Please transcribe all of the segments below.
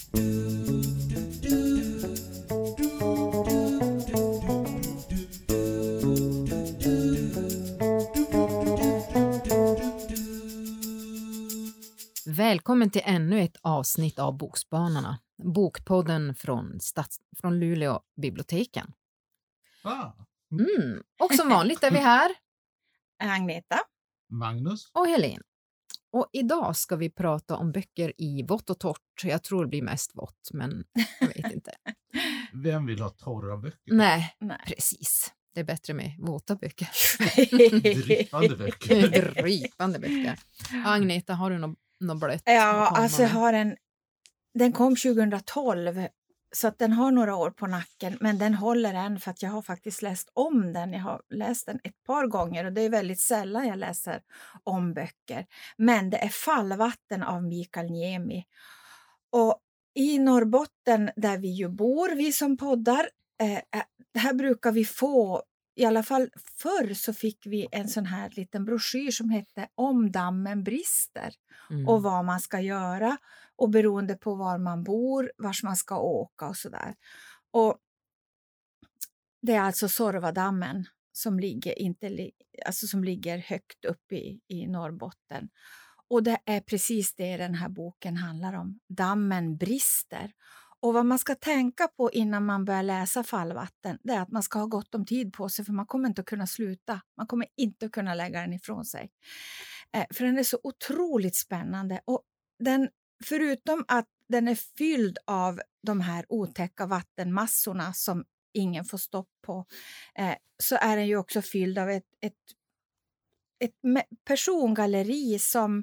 Välkommen till ännu ett avsnitt av Bokspanarna, bokpodden från Luleå biblioteken. Och som vanligt är vi här, Agneta, Magnus och Helene. Och idag ska vi prata om böcker i vått och torrt. Jag tror det blir mest vått, men jag vet inte. Vem vill ha torra böcker? Nej, precis. Det är bättre med våta böcker. Drypande böcker. Drypande böcker. Agneta, har du något blött? Ja, alltså jag har den kom 2012 så att den har några år på nacken, men den håller än för att jag har faktiskt läst om den. Jag har läst den ett par gånger och det är väldigt sällan jag läser om böcker. Men det är Fallvatten av Mikael Niemi. Och i Norrbotten där vi ju bor, vi som poddar, här brukar vi få, i alla fall förr så fick vi en sån här liten broschyr som hette Om dammen brister och vad man ska göra och beroende på var man bor, vars man ska åka och sådär. Och det är alltså Sorvadammen som ligger högt upp i Norrbotten. Och det är precis det den här boken handlar om. Dammen brister. Och vad man ska tänka på innan man börjar läsa Fallvatten, det är att man ska ha gott om tid på sig, för man kommer inte att kunna sluta. Man kommer inte att kunna lägga den ifrån sig. För den är så otroligt spännande. Och förutom att den är fylld av de här otäcka vattenmassorna som ingen får stopp på, så är den ju också fylld av ett persongalleri som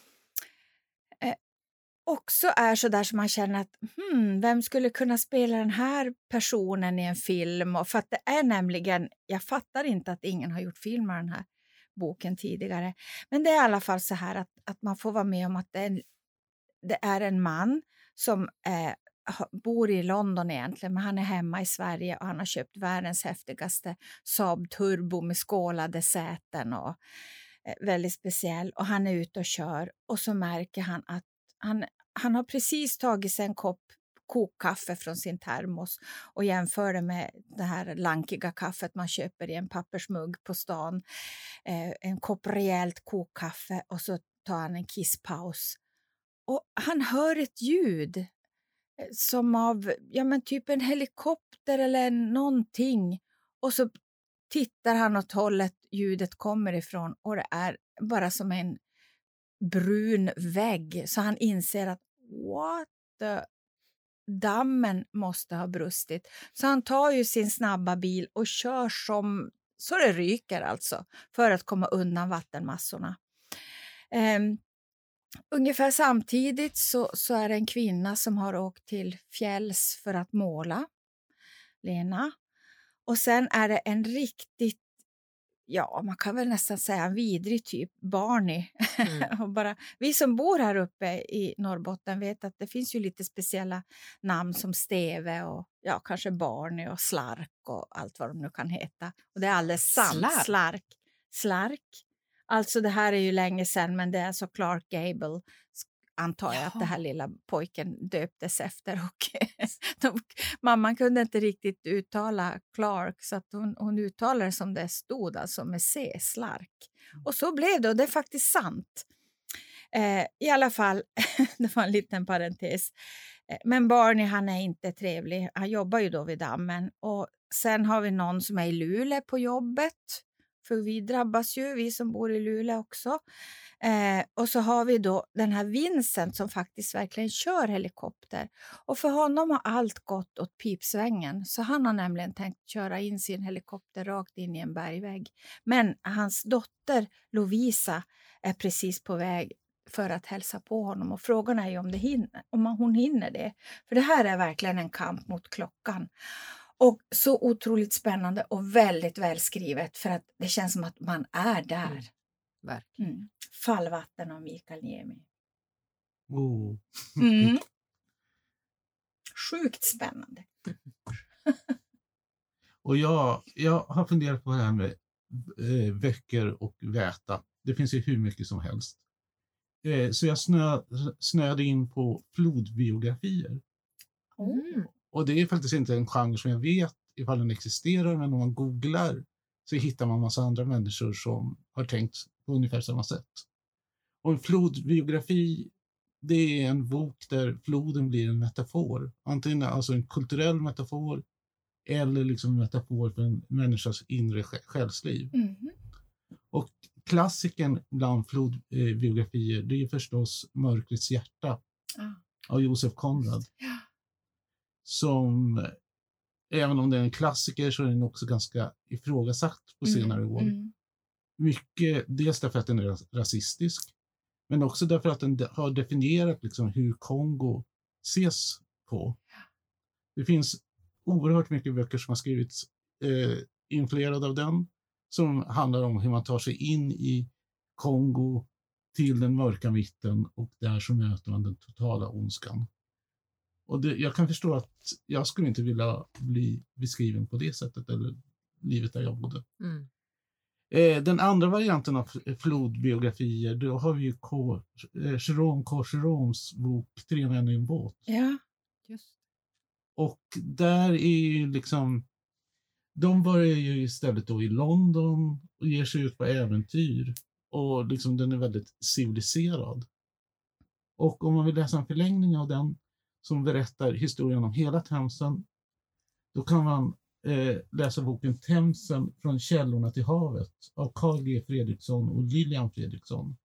också är så där som man känner att vem skulle kunna spela den här personen i en film? Och för att det är nämligen, jag fattar inte att ingen har gjort film av den här boken tidigare. Men det är i alla fall så här att man får vara med om att det är en man som bor i London egentligen, men han är hemma i Sverige och han har köpt världens häftigaste Saab Turbo med skålade säten och väldigt speciell. Och han är ute och kör och så märker han att han har precis tagit sig en kopp kokkaffe från sin termos och jämför det med det här lankiga kaffet man köper i en pappersmugg på stan. En kopp rejält kokkaffe och så tar han en kisspaus. Och han hör ett ljud som av typ en helikopter eller någonting. Och så tittar han åt hållet ljudet kommer ifrån och det är bara som en brun vägg, så han inser att dammen måste ha brustit. Så han tar ju sin snabba bil och kör så det ryker alltså, för att komma undan vattenmassorna. Ungefär samtidigt så är det en kvinna som har åkt till fjälls för att måla, Lena. Och sen är det en riktigt, man kan väl nästan säga en vidrig typ, Barney. Och vi som bor här uppe i Norrbotten vet att det finns ju lite speciella namn som Steve och kanske Barney och Slark och allt vad de nu kan heta. Och det är alldeles sant. Slark. Alltså det här är ju länge sedan, men det är alltså Clark Gable, antar jag att det här lilla pojken döptes efter. Och mamman kunde inte riktigt uttala Clark, så att hon uttalade det som det stod, alltså med C, Slark. Och så blev det, och det är faktiskt sant. I alla fall, det var en liten parentes. Men Barney, han är inte trevlig. Han jobbar ju då vid dammen. Och sen har vi någon som är i Luleå på jobbet. För vi drabbas ju, vi som bor i Luleå också. Och så har vi då den här Vincent som faktiskt verkligen kör helikopter. Och för honom har allt gått åt pipsvängen. Så han har nämligen tänkt köra in sin helikopter rakt in i en bergvägg. Men hans dotter Lovisa är precis på väg för att hälsa på honom. Och frågan är ju om hon hinner det. För det här är verkligen en kamp mot klockan. Och så otroligt spännande och väldigt välskrivet, för att det känns som att man är där. Fallvatten av Mikael Niemi. Sjukt spännande. Och jag har funderat på det här med böcker och väta. Det finns ju hur mycket som helst. Så jag snöade in på flodbiografier. Mm. Och det är faktiskt inte en genre som jag vet ifall den existerar, men om man googlar så hittar man massa andra människor som har tänkt på ungefär samma sätt. Och en flodbiografi, det är en bok där floden blir en metafor. Antingen alltså en kulturell metafor eller liksom en metafor för en människas inre själsliv. Och klassiken bland flodbiografier, det är förstås Mörkrets hjärta av Josef Conrad. Som, även om det är en klassiker, så är den också ganska ifrågasatt på senare år. Mycket, dels därför att den är rasistisk, men också därför att den har definierat liksom hur Kongo ses på. Det finns oerhört mycket böcker som har skrivits influerade av den, som handlar om hur man tar sig in i Kongo till den mörka mitten, och där så möter man den totala ondskan. Och jag kan förstå att jag skulle inte vilja bli beskriven på det sättet, eller livet där jag bodde. Den andra varianten av flodbiografier, då har vi ju Jérôme Jeroms bok Tre män i en båt. Ja, Just. Och där är ju liksom, de börjar ju istället då i London och ger sig ut på äventyr. Och liksom den är väldigt civiliserad. Och om man vill läsa en förlängning av den som berättar historien om hela Themsen, då kan man läsa boken Themsen från källorna till havet av Carl G. Fredriksson och Lilian Fredriksson.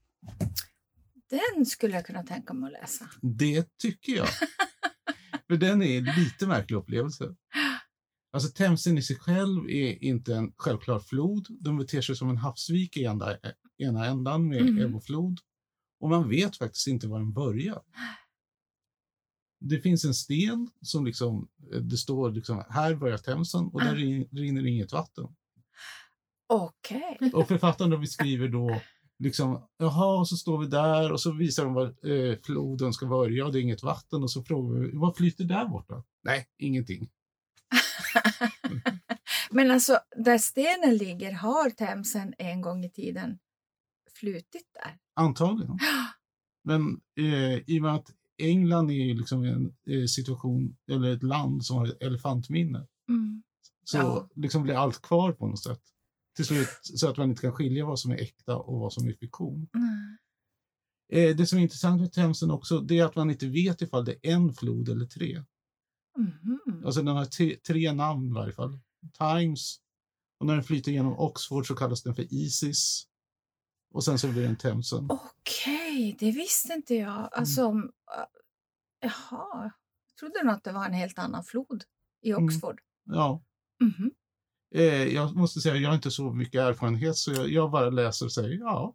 den skulle jag kunna tänka mig att läsa. Det tycker jag. För den är en lite märklig upplevelse. Alltså Themsen i sig själv är inte en självklar flod. Den beter sig som en havsvik i ena ändan med ebb och flod. Och man vet faktiskt inte var den börjar. Det finns en sten som liksom, det står liksom, här börjar Themsen, och där rinner inget vatten. Okej. Och författaren beskriver då liksom, jaha, och så står vi där och så visar de var floden ska börja och det är inget vatten, och så frågar vi, vad flyter där borta? Nej, ingenting. Men alltså, där stenen ligger, har Themsen en gång i tiden flutit där? Antagligen. Men i och med att England är liksom en situation, eller ett land som har ett elefantminne, så liksom blir allt kvar på något sätt. Till slut, så att man inte kan skilja vad som är äkta och vad som är fiktion. Det som är intressant med Themsen också, det är att man inte vet ifall det är en flod eller tre. Alltså den har tre namn i varje fall. Times, och när den flyter genom Oxford så kallas den för Isis. Och sen så blir den Themsen. Okej, det visste inte jag. Alltså, jaha. Jag trodde nog att det var en helt annan flod i Oxford. Ja. Jag måste säga, jag har inte så mycket erfarenhet, så jag bara läser och säger ja.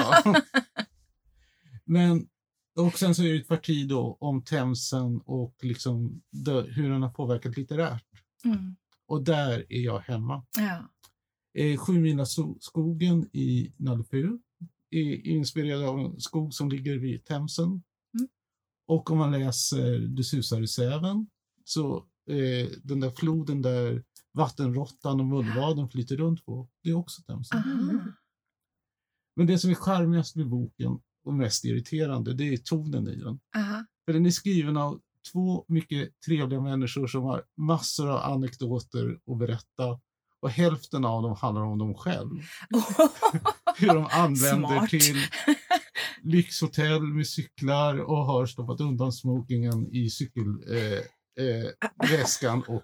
Men, och sen så är det ett parti då om Themsen och liksom hur den har påverkat litterärt. Och där är jag hemma. Ja. 7-milaskogen i Nalupur är inspirerad av en skog som ligger vid Themsen. Och om man läser Du susar i säven, så den där floden där vattenråttan och mullvaden flyter runt på, det är också Themsen. Men det som är charmigast med boken och mest irriterande, det är tonen i den. För den är skriven av två mycket trevliga människor som har massor av anekdoter att berätta. Och hälften av dem handlar om dem själv. Hur de använder till lyxhotell med cyklar och har stoppat undan smokingen i cykelväskan och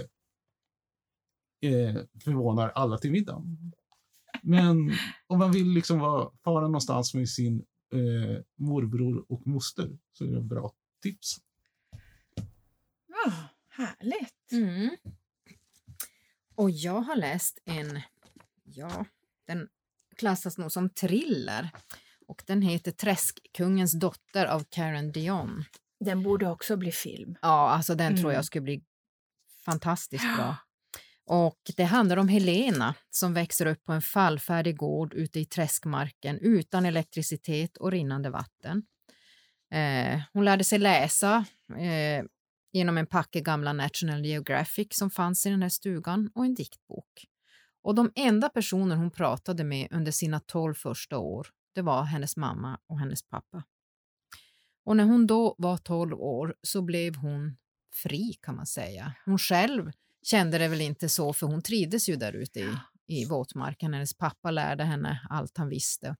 förvånar alla till middag. Men om man vill liksom fara någonstans med sin morbror och moster, så är det ett bra tips. Ja, härligt. Och jag har läst den klassas nog som thriller. Och den heter Träskkungens dotter av Karen Dion. Den borde också bli film. Ja, alltså den tror jag skulle bli fantastiskt bra. Och det handlar om Helena som växer upp på en fallfärdig gård ute i träskmarken utan elektricitet och rinnande vatten. Hon lärde sig läsa genom en packe gamla National Geographic som fanns i den här stugan och en diktbok. Och de enda personer hon pratade med under sina 12 första år, det var hennes mamma och hennes pappa. Och när hon då var 12 år så blev hon fri kan man säga. Hon själv kände det väl inte så, för hon trivdes ju där ute i våtmarken. Hennes pappa lärde henne allt han visste.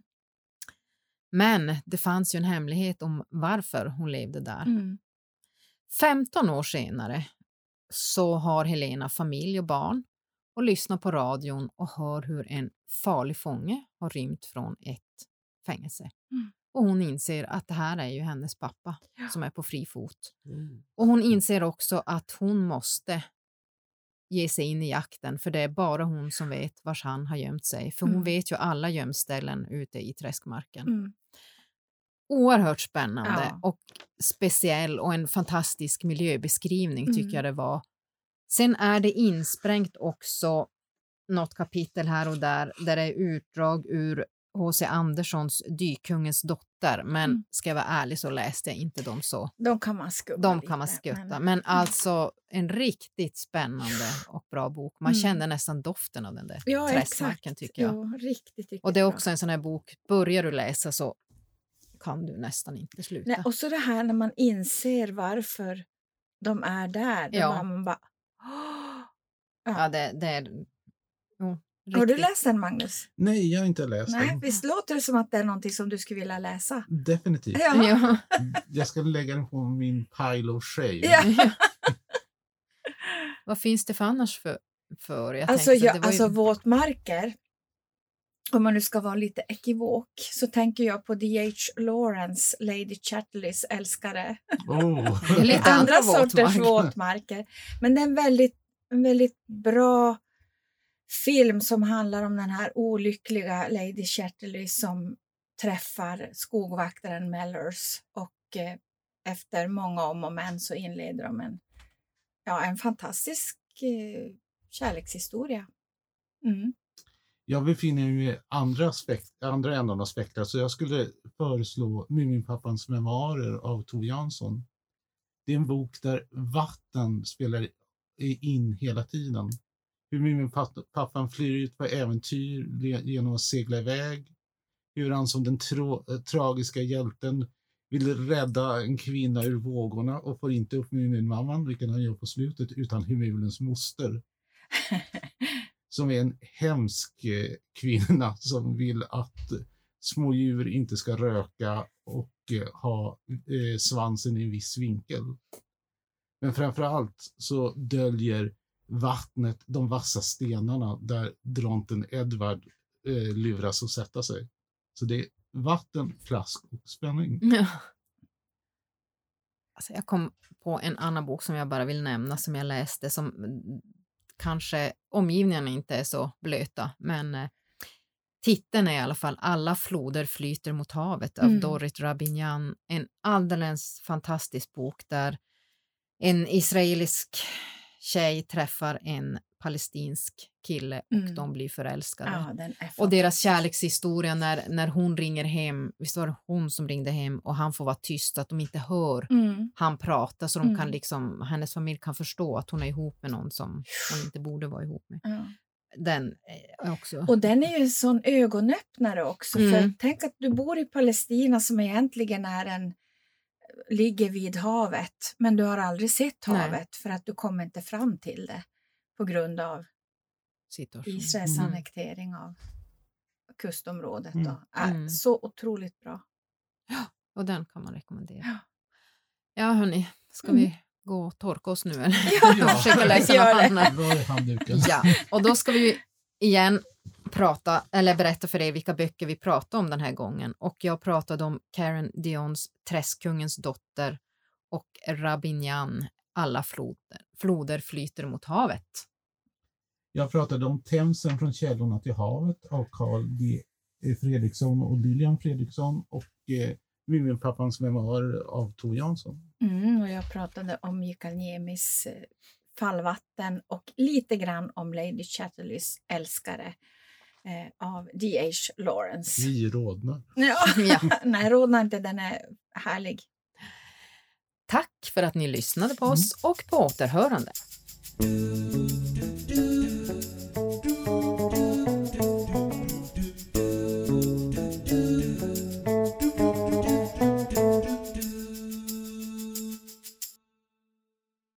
Men det fanns ju en hemlighet om varför hon levde där. 15 år senare så har Helena familj och barn och lyssnar på radion och hör hur en farlig fånge har rymt från ett fängelse. Och hon inser att det här är ju hennes pappa som är på fri fot. Och hon inser också att hon måste ge sig in i jakten, för det är bara hon som vet vars han har gömt sig. För hon vet ju alla gömställen ute i träskmarken. Oerhört spännande och speciell, och en fantastisk miljöbeskrivning tycker jag det var. Sen är det insprängt också något kapitel här och där det är utdrag ur H.C. Anderssons Dykungens dotter, men ska jag vara ärlig så läste jag inte dem så. De kan man skutta. Men alltså en riktigt spännande och bra bok. Man kände nästan doften av den där träskmarken tycker jag. Ja, riktigt och det är också en sån här bok, börjar du läsa så kan du nästan inte sluta. Nej, och så det här när man inser varför de är där. Då man bara... Ja, det är... Har du läst den, Magnus? Nej, jag har inte läst den. Visst låter det som att det är någonting som du skulle vilja läsa? Definitivt. Ja. Jag ska lägga den på min pile of shame. Ja. Vad finns det för annars för? Alltså våtmarker, om man nu ska vara lite ekivok, så tänker jag på D.H. Lawrence, Lady Chatterleys älskare. Det är lite andra sorters våtmarker. Men det är en väldigt bra film som handlar om den här olyckliga Lady Chatterley som träffar skogvaktaren Mellors, och efter många om och men så inleder de en fantastisk kärlekshistoria. Jag befinner mig i andra änden av spektrat, så jag skulle föreslå Muminpappans memoarer av Tove Jansson. Det är en bok där vatten spelar in hela tiden. Hur Muminpappan flyr ut på äventyr genom att segla iväg. Hur han som den tragiska hjälten vill rädda en kvinna ur vågorna och får inte upp Muminmamman, vilket han gör på slutet, utan Humulens moster. Som är en hemsk kvinna som vill att små djur inte ska röka och ha svansen i en viss vinkel. Men framförallt så döljer vattnet de vassa stenarna där dronten Edvard luras att sätta sig. Så det är vatten, flask och spänning. Ja. Alltså jag kom på en annan bok som jag bara vill nämna, som jag läste, som kanske omgivningarna inte är så blöta, men titeln är i alla fall Alla floder flyter mot havet av Dorrit Rabinyan. En alldeles fantastisk bok där en israelisk tjej träffar en palestinsk kille och de blir förälskade. Ja, och deras kärlekshistoria när hon ringer hem, visst var det hon som ringde hem och han får vara tyst, att de inte hör han prata, så de kan liksom, hennes familj kan förstå att hon är ihop med någon som hon inte borde vara ihop med. Ja. Den är också... Och den är ju en sån ögonöppnare också, för tänk att du bor i Palestina som egentligen ligger vid havet, men du har aldrig sett havet för att du kommer inte fram till det på grund av Israels annektering av kustområdet. Så otroligt bra. Ja, och den kan man rekommendera. Ja hörni, ska vi gå och torka oss nu eller? Ja, försöka läsa Ja, och då ska vi igen berätta för er vilka böcker vi pratar om den här gången. Och jag pratade om Karen Dions Träskkungens dotter och Rabinyan Alla floder flyter mot havet. Jag pratade om Themsen från källorna till havet av Carl D. Fredriksson och Lilian Fredriksson, och Muminpappans memoarer av Tove Jansson. Och jag pratade om Mikael Niemis Fallvatten och lite grann om Lady Chatterleys älskare av D.H. Lawrence. Vi rodnar. Ja. Nej, rodnar inte, den är härlig. Tack för att ni lyssnade på oss och på återhörande.